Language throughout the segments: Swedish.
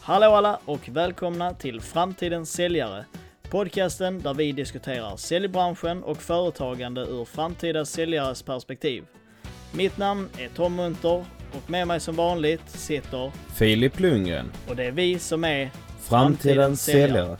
Hallå alla och välkomna till Framtidens säljare. Podcasten där vi diskuterar säljbranschen och företagande ur framtida säljares perspektiv. Mitt namn är Tom Munter och med mig som vanligt sitter Filip Lundgren. Och det är vi som är Framtidens säljare.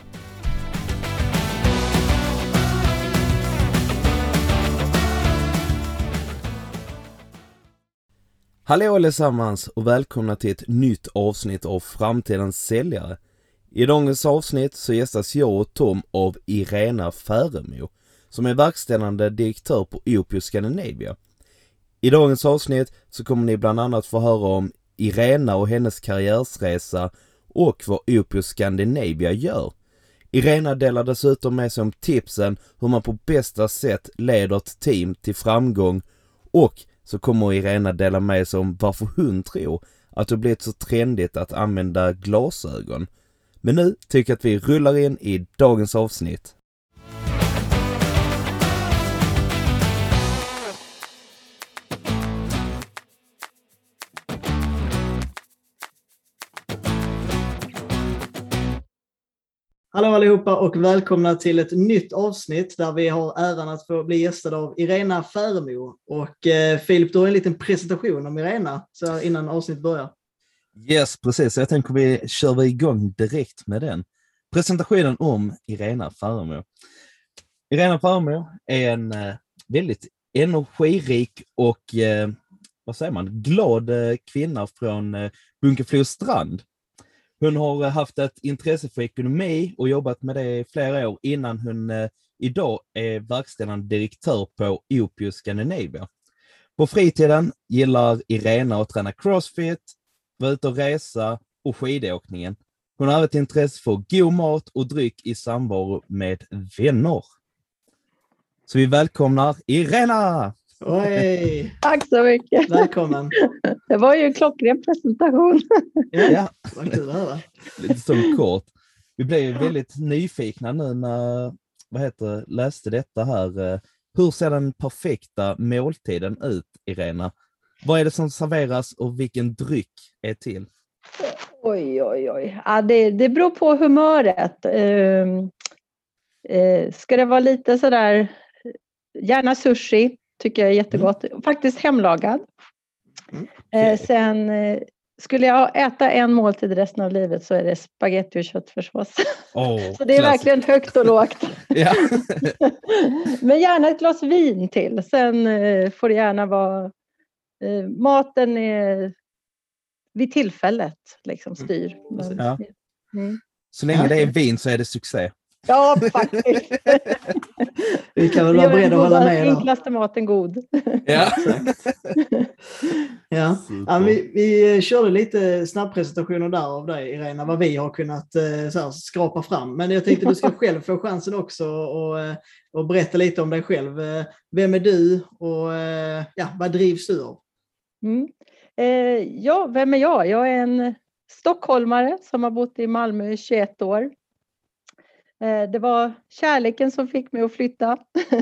Hallå allesammans och välkomna till ett nytt avsnitt av Framtidens säljare. I dagens avsnitt så gästas jag och Tom av Irena Färemo som är verkställande direktör på Opus Scandinavia. I dagens avsnitt så kommer ni bland annat få höra om Irena och hennes karriärsresa och vad Opus Scandinavia gör. Irena delar dessutom med sig om tipsen hur man på bästa sätt leder ett team till framgång, och så kommer Irena dela med sig om varför hon tror att det blivit så trendigt att använda glasögon. Men nu tycker jag att vi rullar in i dagens avsnitt. Hallå allihopa och välkomna till ett nytt avsnitt där vi har äran att få bli gästade av Irena Färemo. Och Filip, du har en liten presentation om Irena så innan avsnittet börjar. Yes, precis. Jag tänker vi kör igång direkt med den. Presentationen om Irena Färemo. Irena Färemo är en väldigt energirik och glad kvinna från Bunkeflostrand. Hon har haft ett intresse för ekonomi och jobbat med det i flera år innan hon idag är verkställande direktör på Opus Scandinavia. På fritiden gillar Irena att träna crossfit, vara ute och resa och skidåkningen. Hon har ett intresse för god mat och dryck i samvaro med vänner. Så vi välkomnar Irena! Oj. Tack så mycket. Välkommen. Det var ju en klockren presentation. Ja, vad kul att höra. Lite så kort. Vi blev väldigt nyfikna nu när läste detta här. Hur ser den perfekta måltiden ut, Irena? Vad är det som serveras och vilken dryck är till? Oj. Ja, det beror på humöret. Ska det vara lite sådär, gärna sushi. Tycker jag är jättegott. Faktiskt hemlagad. Okay. Sen skulle jag äta en måltid resten av livet så är det spaghetti och köttfärssås. Så det är verkligen högt och lågt. Ja. Men gärna ett glas vin till. Sen får det gärna vara maten är vid tillfället liksom styr. Ja. Så länge det är vin så är det succé. Ja, faktiskt. Vi kan väl vara beredda att hålla med. Den enklaste maten god. Ja. Ja. Vi körde lite snabbpresentationer där av dig, Irena, vad vi har kunnat skrapa fram. Men jag tänkte du ska själv få chansen också och berätta lite om dig själv. Vem är du och vad drivs du av? Vem är jag? Jag är en stockholmare som har bott i Malmö i 21 år. Det var kärleken som fick mig att flytta.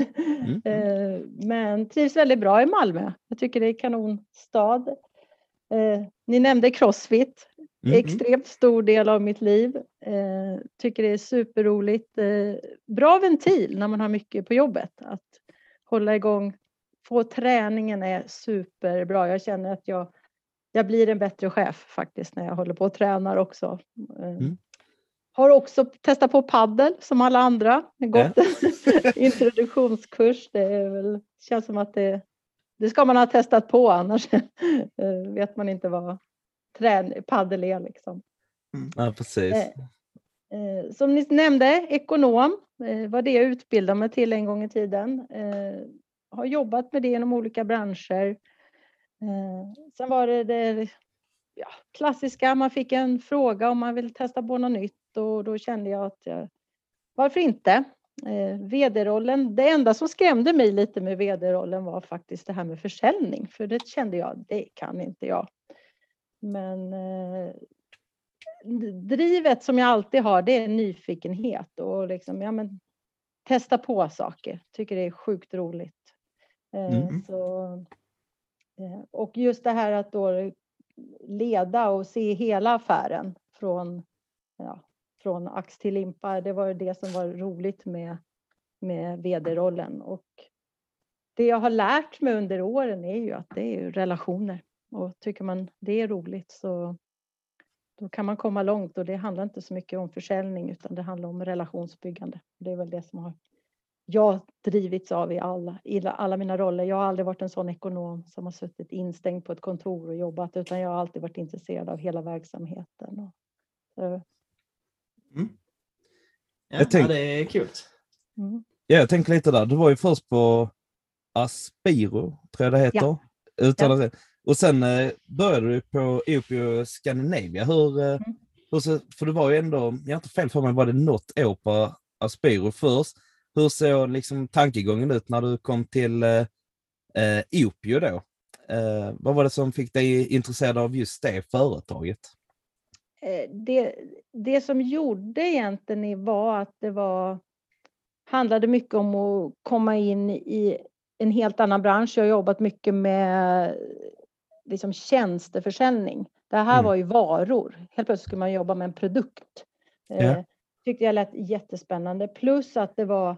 Men trivs väldigt bra i Malmö. Jag tycker det är kanonstad. Ni nämnde crossfit. Extremt stor del av mitt liv. Tycker det är superroligt. Bra ventil när man har mycket på jobbet. Att hålla igång. Få träningen är superbra. Jag känner att jag blir en bättre chef faktiskt när jag håller på och tränar också. Har också testat på paddel som alla andra. Gått introduktionskurs. Det är väl, känns som att det ska man ha testat på, annars vet man inte vad paddel är liksom. Ja, precis. Som ni nämnde, ekonom var det jag utbildade mig till en gång i tiden. Har jobbat med det inom olika branscher. Sen var det klassiska, man fick en fråga om man vill testa på något nytt. Och då kände jag att varför inte? VD-rollen, det enda som skrämde mig lite med VD-rollen var faktiskt det här med försäljning. För det kände jag, det kan inte jag. Men drivet som jag alltid har, det är nyfikenhet. Och liksom, testa på saker. Tycker det är sjukt roligt. Och just det här att då leda och se hela affären från från ax till limpa. Det var det som var roligt med vd-rollen. Och det jag har lärt mig under åren är ju att det är relationer. Och tycker man det är roligt så då kan man komma långt. Och det handlar inte så mycket om försäljning utan det handlar om relationsbyggande. Det är väl det som jag drivits av i alla mina roller. Jag har aldrig varit en sån ekonom som har suttit instängd på ett kontor och jobbat. Utan jag har alltid varit intresserad av hela verksamheten. Ja, det är kul. Ja, jag tänker lite där. Du var ju först på Aspiro, tror jag det heter. Ja. Och sen började du på Opio Scandinavia. För du var ju ändå, jag har inte fel för mig, var det något år på Aspiro först. Hur såg liksom tankegången ut när du kom till Opio då? Vad var det som fick dig intresserad av just det företaget? Det som gjorde egentligen var att handlade mycket om att komma in i en helt annan bransch. Jag har jobbat mycket med liksom tjänsteförsäljning. Det här var ju varor. Helt plötsligt skulle man jobba med en produkt. Tyckte jag lät jättespännande. Plus att det var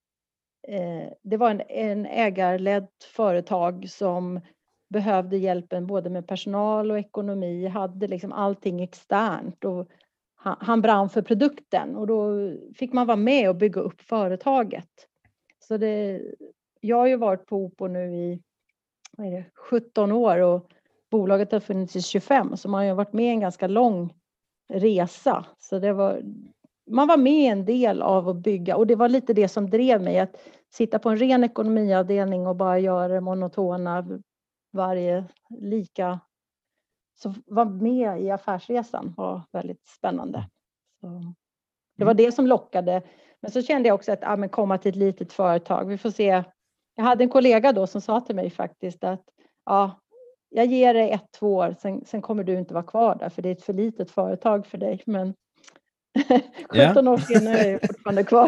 en ägarledd företag som behövde hjälpen både med personal och ekonomi. Hade liksom allting externt. Och han brann för produkten. Och då fick man vara med och bygga upp företaget. Så jag har ju varit på Opio nu i 17 år och bolaget har funnits i 25. Så man har ju varit med en ganska lång resa. Så man var med en del av att bygga. Och det var lite det som drev mig. Att sitta på en ren ekonomiavdelning och bara göra det monotona varje lika. Så var med i affärsresan var väldigt spännande. Så det var det som lockade. Men så kände jag också att komma till ett litet företag. Vi får se. Jag hade en kollega då som sa till mig faktiskt att jag ger dig 1-2 år. Sen kommer du inte vara kvar där. För det är ett för litet företag för dig. Men 17 år senare är jag fortfarande kvar.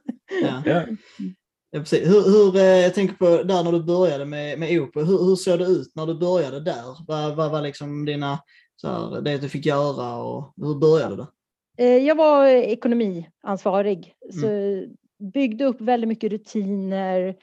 Ja, precis. Jag tänker på där när du började med Opio. Hur såg det ut när du började där? Vad var liksom det du fick göra och hur började det? Jag var ekonomiansvarig. Så byggde upp väldigt mycket rutiner.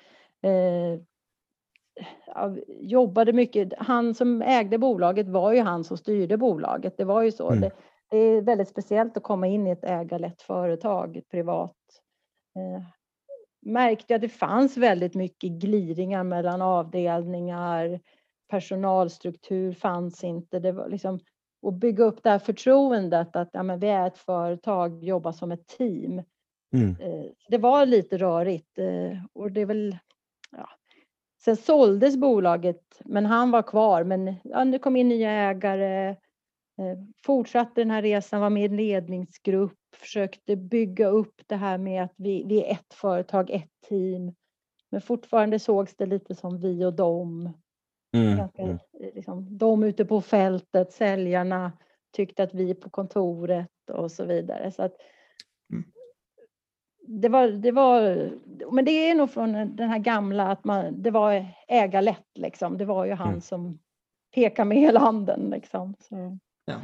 Jobbade mycket. Han som ägde bolaget var ju han som styrde bolaget. Det var ju så. Det är väldigt speciellt att komma in i ett ägarlett företag, ett privat. Märkte jag att det fanns väldigt mycket gliringar mellan avdelningar. Personalstruktur fanns inte. Det var liksom att bygga upp det här förtroendet att vi är ett företag, jobbar som ett team. Det var lite rörigt. Och det är väl, Sen såldes bolaget, men han var kvar. Men det kom in nya ägare. Fortsatte den här resan, var med i en ledningsgrupp. Försökte bygga upp det här med att vi är ett företag, ett team. Men fortfarande sågs det lite som vi och dem. Liksom, de ute på fältet, säljarna tyckte att vi på kontoret och så vidare. Så att det var, men det är nog från den här gamla att det var ägarlätt liksom. Det var ju han som pekade med hela handen liksom. Så. Ja.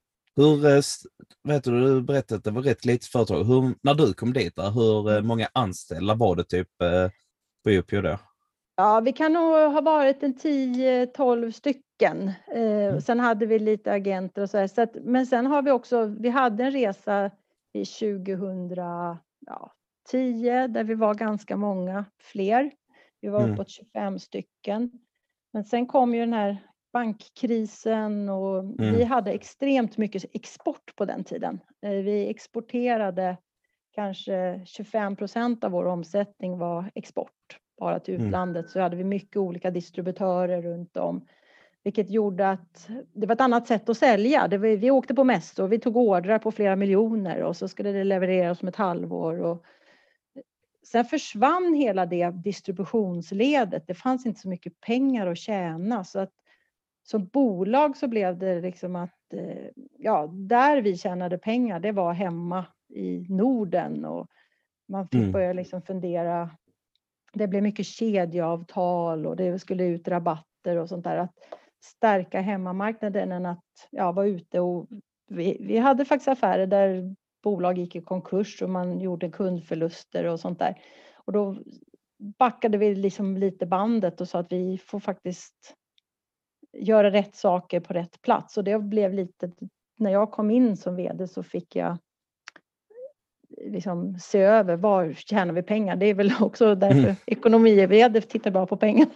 Du berättade att det var rätt litet företag. När du kom dit där, hur många anställda var det typ på Opio då? Ja, vi kan nog ha varit 10-12 stycken. Sen hade vi lite agenter och så här. Men sen har vi hade en resa i 2010 där vi var ganska många fler. Vi var uppåt 25 stycken. Men sen kom ju den här bankkrisen och vi hade extremt mycket export på den tiden. Vi exporterade kanske 25% av vår omsättning var export. Bara till utlandet så hade vi mycket olika distributörer runt om. Vilket gjorde att det var ett annat sätt att sälja. Vi åkte på mässor, vi tog ordrar på flera miljoner och så skulle det levereras om ett halvår. Och sen försvann hela det distributionsledet. Det fanns inte så mycket pengar att tjäna. Så att som bolag så blev det liksom att där vi tjänade pengar det var hemma i Norden. Och man fick börja liksom fundera. Det blev mycket kedjeavtal och det skulle ut rabatter och sånt där. Att stärka hemmamarknaden än att vara ute och vi hade faktiskt affärer där bolag gick i konkurs och man gjorde kundförluster och sånt där. Och då backade vi liksom lite bandet och sa att vi får faktiskt göra rätt saker på rätt plats. Och det blev lite, när jag kom in som vd så fick jag liksom se över var tjänar vi pengar. Det är väl också därför ekonomi-vd tittar bara på pengarna.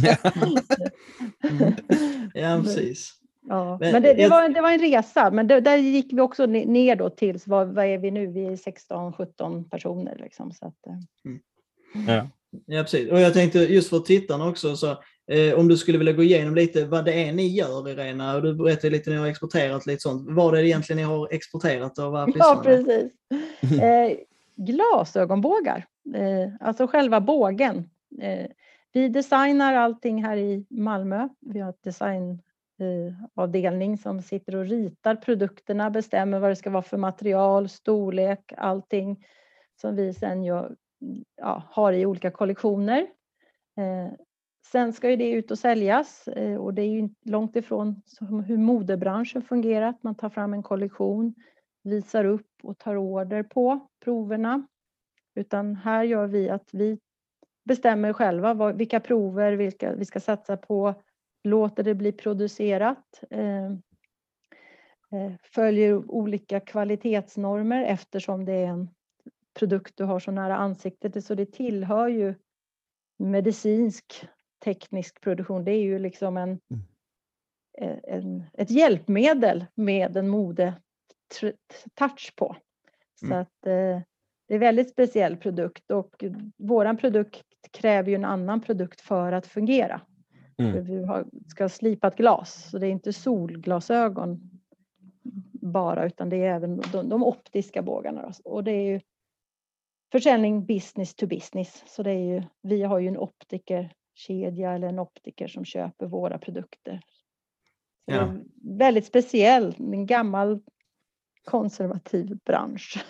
Ja, precis. Ja, men det var en resa. Men där gick vi också ner då till, vad är vi nu? Vi är 16-17 personer liksom. Så att, Ja, precis. Och jag tänkte just för tittarna också, så, om du skulle vilja gå igenom lite vad det är ni gör, Irena, och du berättade lite när ni har exporterat lite sånt. Vad är det egentligen ni har exporterat och vad ja, precis. Glasögonbågar, alltså själva bågen. Vi designar allting här i Malmö. Vi har ett designavdelning som sitter och ritar produkterna, bestämmer vad det ska vara för material, storlek, allting som vi sen har i olika kollektioner. Sen ska ju det ut och säljas, och det är ju långt ifrån hur modebranschen fungerar. Man tar fram en kollektion, visar upp och tar order på proverna. Utan här gör vi att vi bestämmer själva vilka prover vi ska satsa på, låter det bli producerat, följer olika kvalitetsnormer eftersom det är en produkt du har så nära ansiktet, så det tillhör ju medicinsk teknisk produktion. Det är ju liksom ett hjälpmedel med en modetouch på. Så att det är väldigt speciell produkt, och våran produkt kräver ju en annan produkt för att fungera. För vi ska slipa ett glas, så det är inte solglasögon bara, utan det är även de optiska bågarna. Och det är ju försäljning business to business. Så det är ju, vi har ju en optikerkedja eller en optiker som köper våra produkter. Så det är väldigt speciell, en gammal konservativ bransch.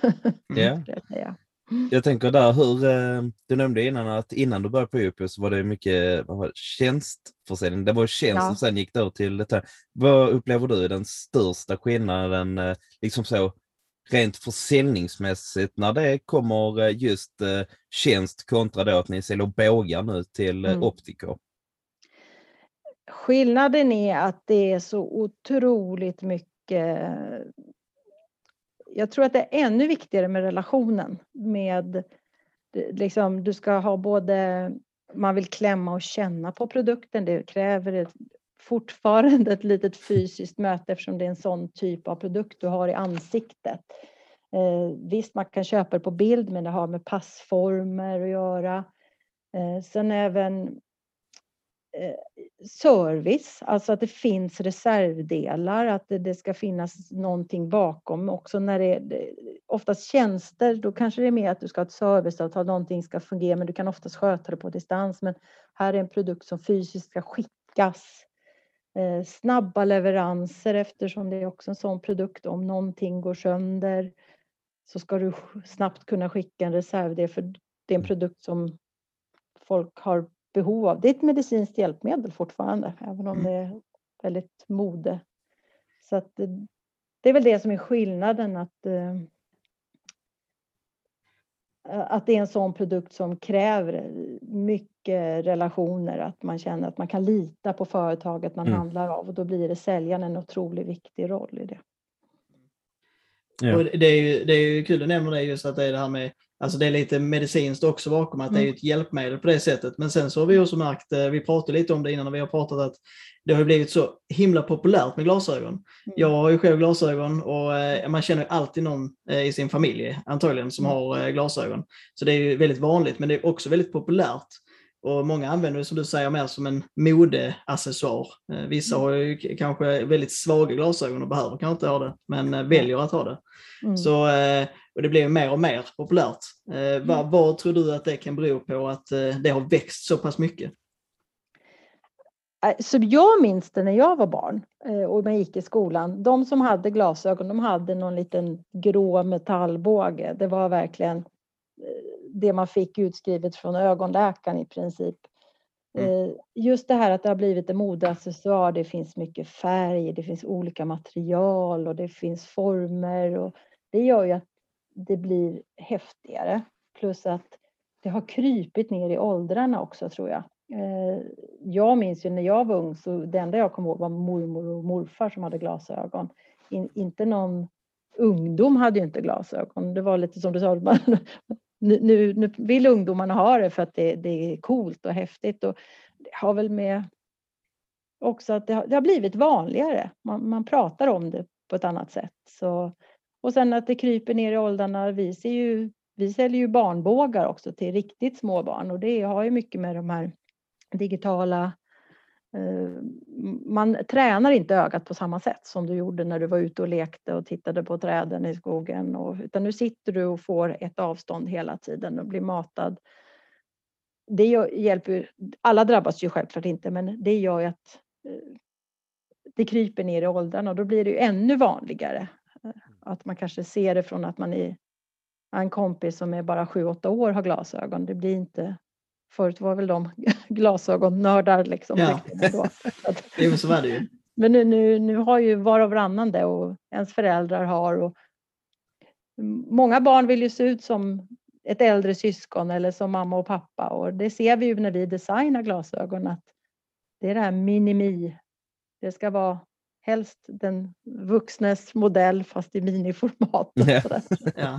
Jag tänker där du nämnde innan att innan du började på UP så var det mycket tjänstförsäljning. Det var tjänst och sen gick det till det. Vad upplever du är den största skillnaden liksom så rent försäljningsmässigt när det kommer just tjänst kontra då att ni säljer bågar nu till optiker? Skillnaden är att det är så otroligt mycket. Jag tror att det är ännu viktigare med relationen med liksom, du ska ha både, man vill klämma och känna på produkten. Det kräver fortfarande ett litet fysiskt möte eftersom det är en sån typ av produkt du har i ansiktet. Visst, man kan köpa det på bild, men det har med passformer att göra. Sen även service, alltså att det finns reservdelar, att det ska finnas någonting bakom också. När det är oftast tjänster, då kanske det är mer att du ska ha ett serviceavtal, någonting ska fungera, men du kan oftast sköta det på distans. Men här är en produkt som fysiskt ska skickas. Snabba leveranser, eftersom det är också en sån produkt, om någonting går sönder så ska du snabbt kunna skicka en reservdel, för det är en produkt som folk har behov av. Det är ett medicinskt hjälpmedel fortfarande, även om det är väldigt mode. Så att det är väl det som är skillnaden, att det är en sån produkt som kräver mycket relationer, att man känner att man kan lita på företaget man handlar av, och då blir det säljaren en otroligt viktig roll i det. Ja. Och det är ju kul att nämna det, just att det är det här med, alltså det är lite medicinskt också bakom, att det är ett hjälpmedel på det sättet. Men sen så har vi också märkt, vi pratade lite om det innan när vi har pratat, att det har blivit så himla populärt med glasögon. Jag har ju själv glasögon, och man känner alltid någon i sin familj antagligen som har glasögon. Så det är ju väldigt vanligt, men det är också väldigt populärt. Och många använder det, som du säger, mer som en modeaccessoar. Vissa har ju kanske väldigt svaga glasögon och behöver kanske inte ha det, men väljer att ha det. Så, och det blir mer och mer populärt. Vad tror du att det kan bero på att det har växt så pass mycket? Så jag minns det när jag var barn och man gick i skolan. De som hade glasögon, de hade någon liten grå metallbåge. Det var verkligen det man fick utskrivet från ögonläkaren i princip. Just det här att det har blivit en modeaccessoar, det finns mycket färg, det finns olika material och det finns former och det gör ju att det blir häftigare. Plus att det har krypit ner i åldrarna också, tror jag. Jag minns ju när jag var ung, så det enda jag kom ihåg var mormor och morfar som hade glasögon. Inte någon ungdom hade ju inte glasögon. Det var lite som du sa, nu vill ungdomarna ha det för att det är coolt och häftigt. Och det har väl med också att det har blivit vanligare. Man pratar om det på ett annat sätt. Så, och sen att det kryper ner i åldrarna. Vi säljer ju barnbågar också till riktigt små barn. Och det har ju mycket med de här digitala... Man tränar inte ögat på samma sätt som du gjorde när du var ute och lekte och tittade på träden i skogen. Utan nu sitter du och får ett avstånd hela tiden och blir matad. Det hjälper, alla drabbas ju självklart inte, men det gör ju att det kryper ner i åldrarna och då blir det ju ännu vanligare. Att man kanske ser det från att man är en kompis som är bara 7-8 år har glasögon. Det blir inte... Förut var väl de glasögonnördar liksom. Ja, jo, så var det ju. Men nu har ju var och varannan det och ens föräldrar har. Och många barn vill ju se ut som ett äldre syskon eller som mamma och pappa. Och det ser vi ju när vi designar glasögon att det är det här minimi. Det ska vara helst den vuxnes modell fast i miniformat. Ja.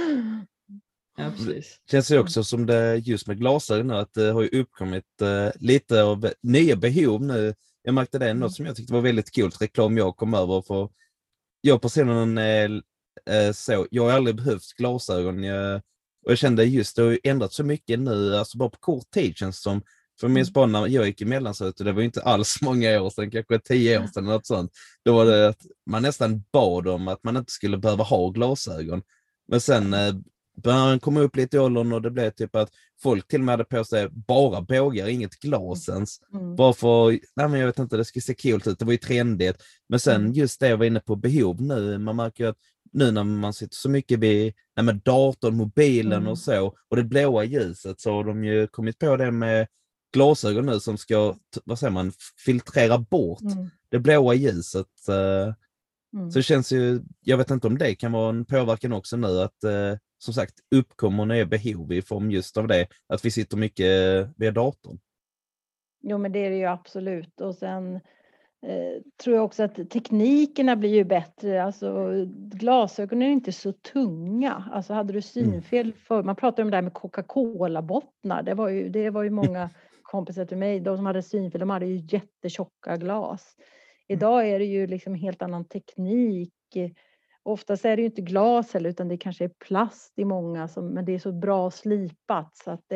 Ja, precis. Känns det också som det just med glasögon att det har ju uppkommit lite av nya behov nu. Jag märkte det något som jag tyckte var väldigt kul reklam jag kom över för. Jag personligen jag har aldrig behövt glasögon och jag kände just det har ändrat så mycket nu, alltså bara på kort tid känns som. För minns bara när jag gick i mellanstadiet och det var inte alls många år sedan, kanske 10 år sedan eller något sånt. Då var det att man nästan bad om att man inte skulle behöva ha glasögon. Men sen började komma upp lite i åldern och det blev typ att folk till och med hade på sig bara bågar, inget glas ens. Bara för, nej men jag vet inte, det skulle se coolt ut, det var ju trendigt. Men sen just det jag var inne på behov nu, man märker ju att nu när man sitter så mycket vid datorn, mobilen och så, och det blåa ljuset, så har de ju kommit på det med glasögon nu som ska, vad säger man, filtrera bort det blåa ljuset. Så det känns ju, jag vet inte om det kan vara en påverkan också nu att som sagt uppkommer nya behov i form just av det, att vi sitter mycket via datorn. Jo, men det är det ju absolut. Och sen tror jag också att teknikerna blir ju bättre. Alltså glasögon är inte så tunga. Alltså hade du synfel för, man pratar om det här med Coca-Cola-bottnar. Det var ju många kompisar till mig, de som hade synfel, de hade ju jättetjocka glas. Idag är det ju liksom helt annan teknik. Oftast är det ju inte glas heller, utan det kanske är plast i många, men det är så bra slipat så att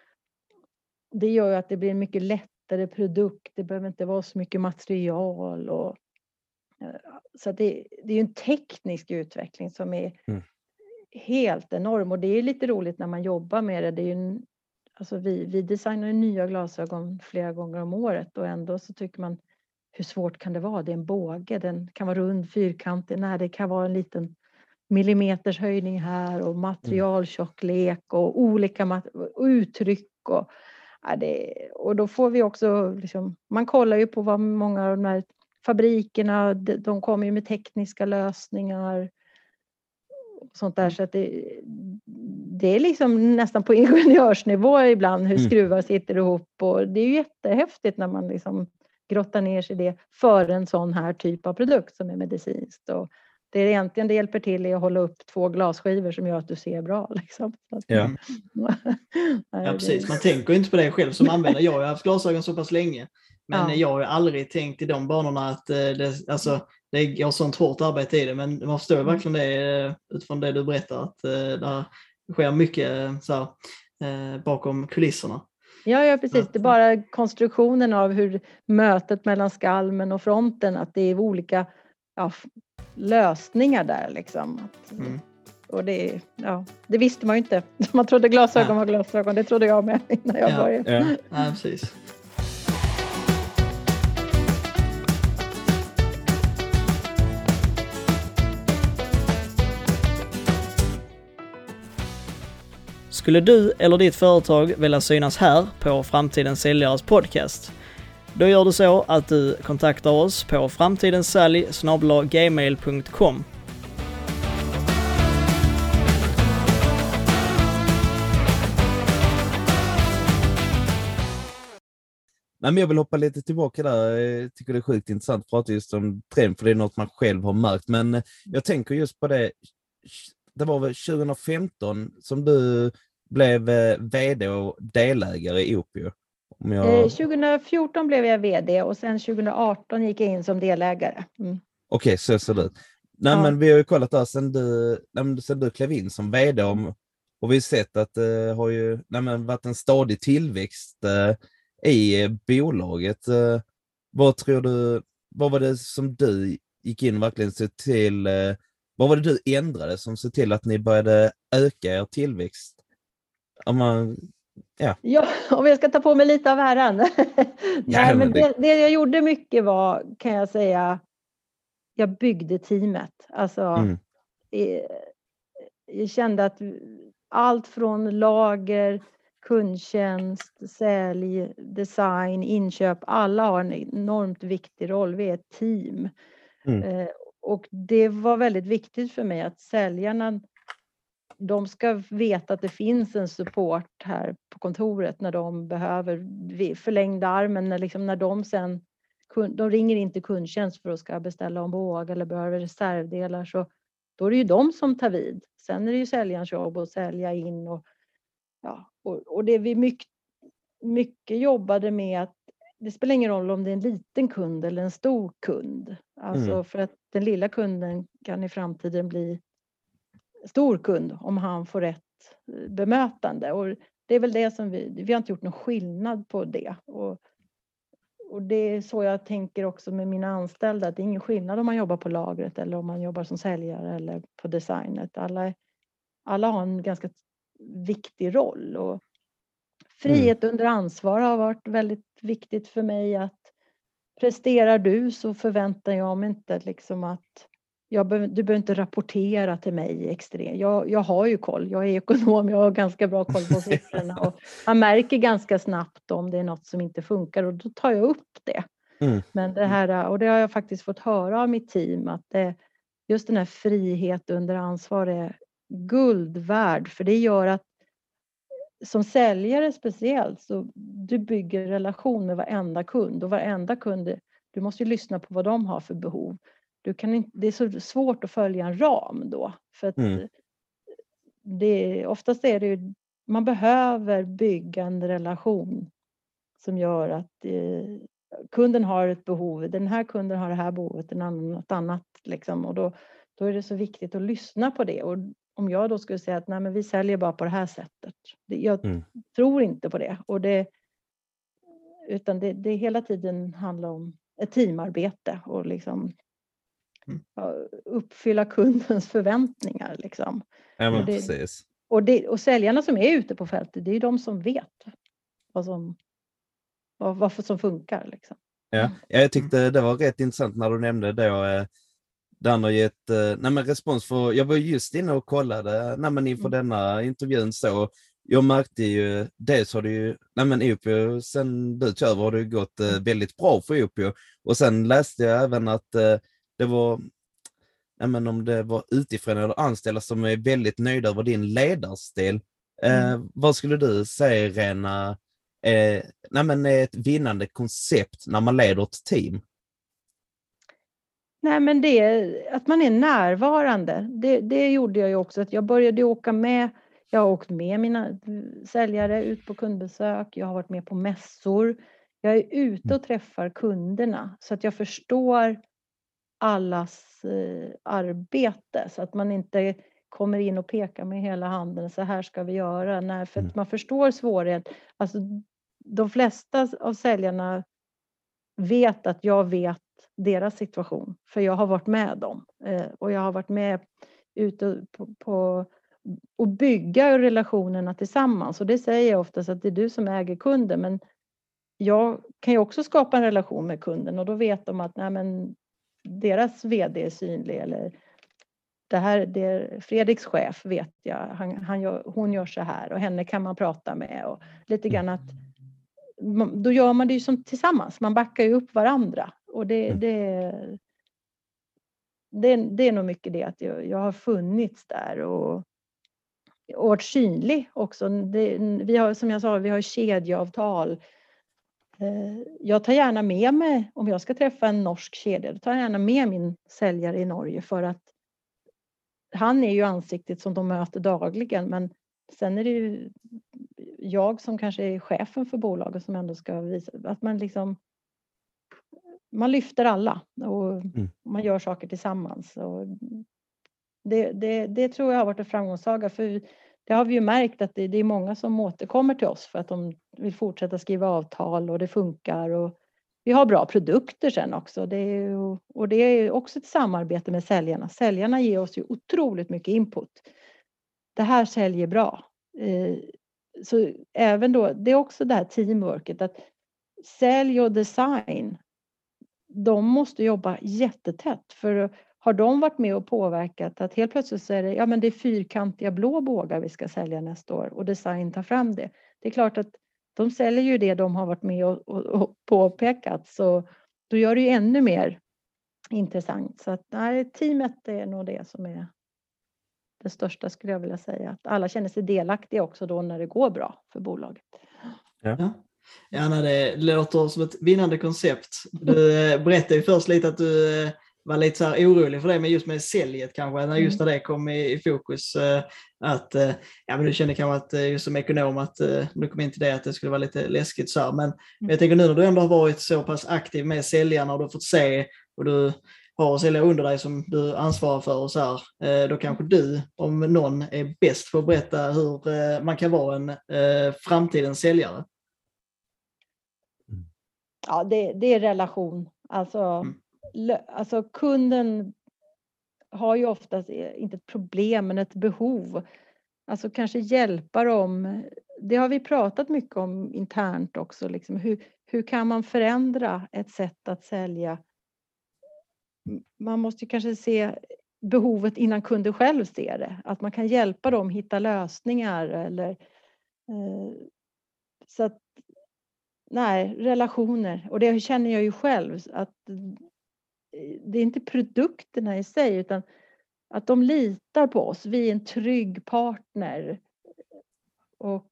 det gör ju att det blir en mycket lättare produkt. Det behöver inte vara så mycket material. Så att det är ju en teknisk utveckling som är helt enorm. Och det är lite roligt när man jobbar med det. Det är ju alltså vi designar nya glasögon flera gånger om året och ändå så tycker man, hur svårt kan det vara? Det är en båge, den kan vara rund, fyrkantig. Nej, det kan vara en liten millimeters höjning här och materialtjocklek och olika uttryck. Och då får vi också, liksom, man kollar ju på vad många av de här fabrikerna, de kommer ju med tekniska lösningar och sånt där. Så att det är liksom nästan på ingenjörsnivå ibland hur skruvar sitter ihop. Och det är ju jättehäftigt när man liksom grottar ner sig det för en sån här typ av produkt som är medicinskt. Och det är egentligen det hjälper till i att hålla upp 2 glasskivor som gör att du ser bra. Liksom. Ja. Ja, precis. Man tänker inte på det själv som användare. Jag har haft glasögon så pass länge. Men jag har aldrig tänkt i de banorna att jag har sånt hårt arbete i det. Men man förstår verkligen det utifrån det du berättar. Att det sker mycket så här, bakom kulisserna. Ja, precis. Det är bara konstruktionen av hur mötet mellan skalmen och fronten, att det är olika lösningar där liksom. Och det visste man ju inte. Man trodde glasögon var glasögon. Det trodde jag med innan jag började. Ja, precis. Skulle du eller ditt företag vilja synas här på Framtidens säljares podcast? Då gör du så att du kontaktar oss på framtidensalj@gmail.com. Nej, men jag vill hoppa lite tillbaka där. Jag tycker det är sjukt intressant att prata just om trend, för det är något man själv har märkt. Men jag tänker just på det. Det var väl 2015 som du blev vd och delägare i Opio? 2014 blev jag vd och sen 2018 gick jag in som delägare. Okej, så ser det ut. Nej, men vi har ju kollat där sen du klev in som vd och vi har sett att det har ju varit en stadig tillväxt i bolaget. Vad var det som du gick in verkligen så till, vad var det du ändrade som såg till att ni började öka er tillväxt? Ja, om jag ska ta på mig lite av äran. Nej, men det jag gjorde mycket var, kan jag säga, jag byggde teamet. Alltså, jag kände att allt från lager, kundtjänst, sälj, design, inköp, alla har en enormt viktig roll. Vi är ett team. Och det var väldigt viktigt för mig att säljarna, de ska veta att det finns en support här på kontoret när de behöver förlängda armen, när de ringer in till kundtjänst för att ska beställa ombord eller behöver reservdelar, så då är det ju de som tar vid. Sen är det ju säljarens jobb att sälja in och det vi mycket jobbade med, att det spelar ingen roll om det är en liten kund eller en stor kund. Alltså för att den lilla kunden kan i framtiden bli stor kund om han får rätt bemötande. Och det är väl det som vi har inte gjort någon skillnad på det. Och det är så jag tänker också med mina anställda, att det är ingen skillnad om man jobbar på lagret eller om man jobbar som säljare eller på designet. Alla har en ganska viktig roll, och frihet under ansvar har varit väldigt viktigt för mig. Att presterar du, så förväntar jag mig inte liksom att du behöver inte rapportera till mig extremt. Jag har ju koll, jag är ekonom, jag har ganska bra koll på siffrorna och man märker ganska snabbt om det är något som inte funkar, och då tar jag upp det. Men det här, och det har jag faktiskt fått höra av mitt team, att just den här frihet under ansvar är guld värd, för det gör att som säljare speciellt, så du bygger relation med varenda kund, och varenda kund, du måste ju lyssna på vad de har för behov. Det är så svårt att följa en ram då, för att oftast är det ju, man behöver bygga en relation som gör att kunden har ett behov, den här kunden har det här behovet, en annan något annat liksom, och då är det så viktigt att lyssna på det. Och om jag då skulle säga att nej, men vi säljer bara på det här sättet, jag tror inte på det, utan det hela tiden handlar om ett teamarbete och liksom uppfylla kundens förväntningar liksom. Ja, men precis. Och säljarna som är ute på fältet, det är de som vet vad som funkar liksom. Ja, jag tyckte det var rätt intressant när du nämnde då den har gett respons, för jag var just inne och kollade inför denna intervjun, så jag märkte ju, dels har det ju Opio, sen du tog över har det gått väldigt bra för Opio, och sen läste jag även att det var om det var utifrån eller anställda som är väldigt nöjda över din ledarstil. Vad skulle du säga, Rena, ett vinnande koncept när man leder ett team? Nej, men det är att man är närvarande. Det gjorde jag ju också. Att jag började åka med. Jag har åkt med mina säljare ut på kundbesök. Jag har varit med på mässor. Jag är ute och träffar kunderna, så att jag förstår allas arbete. Så att man inte kommer in och pekar med hela handen. Så här ska vi göra. Nej, för att man förstår svårighet. Alltså, de flesta av säljarna vet att jag vet deras situation, för jag har varit med dem och jag har varit med ute på och bygga relationerna tillsammans, och det säger jag oftast att det är du som äger kunden, men jag kan ju också skapa en relation med kunden, och då vet de att nej, men deras vd är synlig, eller Fredriks chef vet jag, hon gör så här och henne kan man prata med och lite grann att då gör man det ju som tillsammans, man backar ju upp varandra och det är nog mycket det att jag har funnits där och varit synlig också. Vi har, som jag sa, vi har kedjeavtal. Jag tar gärna med mig, om jag ska träffa en norsk kedja, då tar jag gärna med min säljare i Norge för att han är ju ansiktet som de möter dagligen, men sen är det ju jag som kanske är chefen för bolaget som ändå ska visa att man lyfter alla och man gör saker tillsammans. Och det tror jag har varit en framgångssaga, för det har vi ju märkt att det är många som återkommer till oss för att de vill fortsätta skriva avtal och det funkar och vi har bra produkter sen också. Det är också ett samarbete med säljarna. Säljarna ger oss ju otroligt mycket input. Det här säljer bra. Så även då, det är också det här teamworket att sälj och design, de måste jobba jättetätt, för har de varit med och påverkat att helt plötsligt så är det, men det är fyrkantiga blå bågar vi ska sälja nästa år och design tar fram det. Det är klart att de säljer ju det de har varit med och påpekat, så då gör det ju ännu mer intressant. Så att teamet är nog det som är det största, skulle jag vilja säga. Att alla känner sig delaktiga också då när det går bra för bolaget. Ja. Ja, det låter som ett vinnande koncept. Du berättade ju först lite att du var lite så här orolig för det, men just med säljet kanske, när det kom i fokus, att men du kände kanske att just som ekonom att du kom in till det att det skulle vara lite läskigt så här. Men jag tänker nu när du ändå har varit så pass aktiv med säljarna och du har fått se och du har säljare under dig som du ansvarar för och så här, då kanske du, om någon, är bäst för att berätta hur man kan vara en framtidens säljare. Ja, det är relation. Alltså kunden har ju oftast inte ett problem men ett behov. Alltså kanske hjälpa dem. Det har vi pratat mycket om internt också. Liksom. Hur kan man förändra ett sätt att sälja? Man måste ju kanske se behovet innan kunden själv ser det. Att man kan hjälpa dem hitta lösningar. Eller, så att, relationer. Och det känner jag ju själv. Att det är inte produkterna i sig utan att de litar på oss. Vi är en trygg partner. Och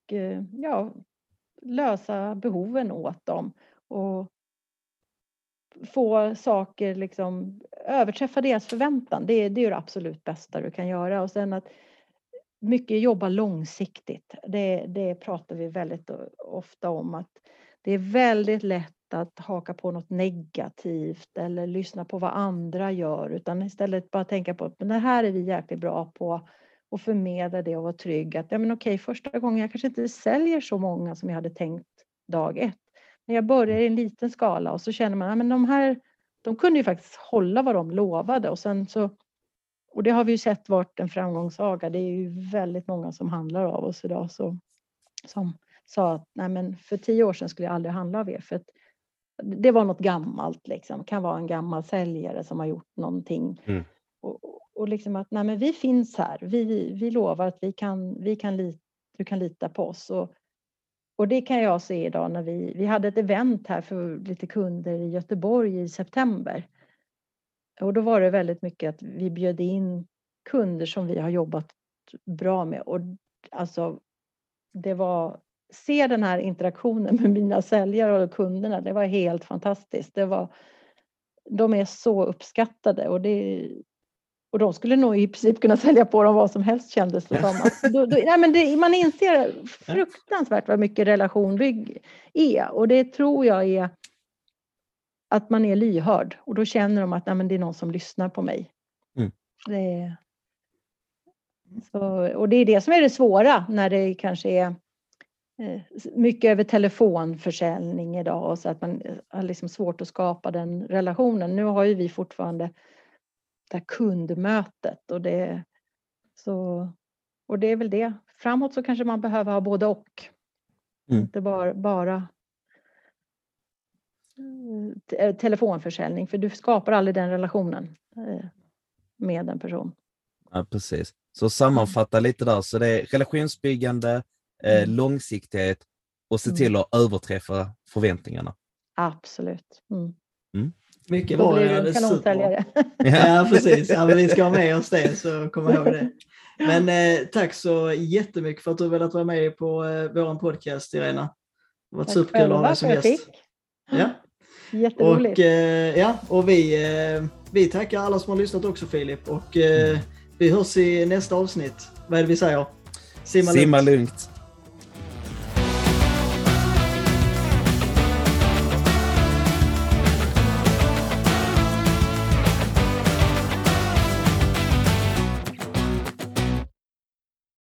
lösa behoven åt dem. Och få saker liksom överträffa deras förväntan. Det är det absolut bästa du kan göra. Och sen att mycket jobba långsiktigt. Det pratar vi väldigt ofta om. Att det är väldigt lätt att haka på något negativt eller lyssna på vad andra gör. Utan istället bara tänka på att det här är vi jäkligt bra på. Och förmedla det och vara trygg. Att första gången jag kanske inte säljer så många som jag hade tänkt dag 1. Men jag börjar i en liten skala och så känner man de kunde ju faktiskt hålla vad de lovade. Och det har vi ju sett varit en framgångssaga. Det är ju väldigt många som handlar av oss idag som sa att för 10 år sedan skulle jag aldrig handla av er. För att det var något gammalt liksom. Det kan vara en gammal säljare som har gjort någonting. Och liksom att vi finns här. Vi lovar att du kan lita på oss. Och det kan jag se idag när vi hade ett event här för lite kunder i Göteborg i september. Och då var det väldigt mycket att vi bjöd in kunder som vi har jobbat bra med. Och alltså se den här interaktionen med mina säljare och kunderna, det var helt fantastiskt. De är så uppskattade och de skulle nog i princip kunna sälja på dem vad som helst, kändes det som. Man inser fruktansvärt vad mycket relationbygg är. Och det tror jag är att man är lyhörd. Och då känner de att det är någon som lyssnar på mig. Och det är det som är det svåra när det kanske är mycket över telefonförsäljning idag. Och så att man har liksom svårt att skapa den relationen. Nu har ju vi fortfarande det här kundmötet och det är väl det. Framåt så kanske man behöver ha både och. Inte bara telefonförsäljning, för du skapar aldrig den relationen med en person. Ja, precis. Så sammanfatta lite där. Så det är relationsbyggande, långsiktighet och se till att överträffa förväntningarna. Absolut. Mycket Då bra. blir du en kanonsäljare. Ja, precis. Ja, men vi ska ha med oss det, så kom ihåg det. Men tack så jättemycket för att du velat vara med på vår podcast, Irena. Det var superkul att ha dig som gäst. Ja. Jätteroligt. Och vi tackar alla som har lyssnat också, Filip. Och vi hörs i nästa avsnitt. Vad är det vi säger? Simma lugnt.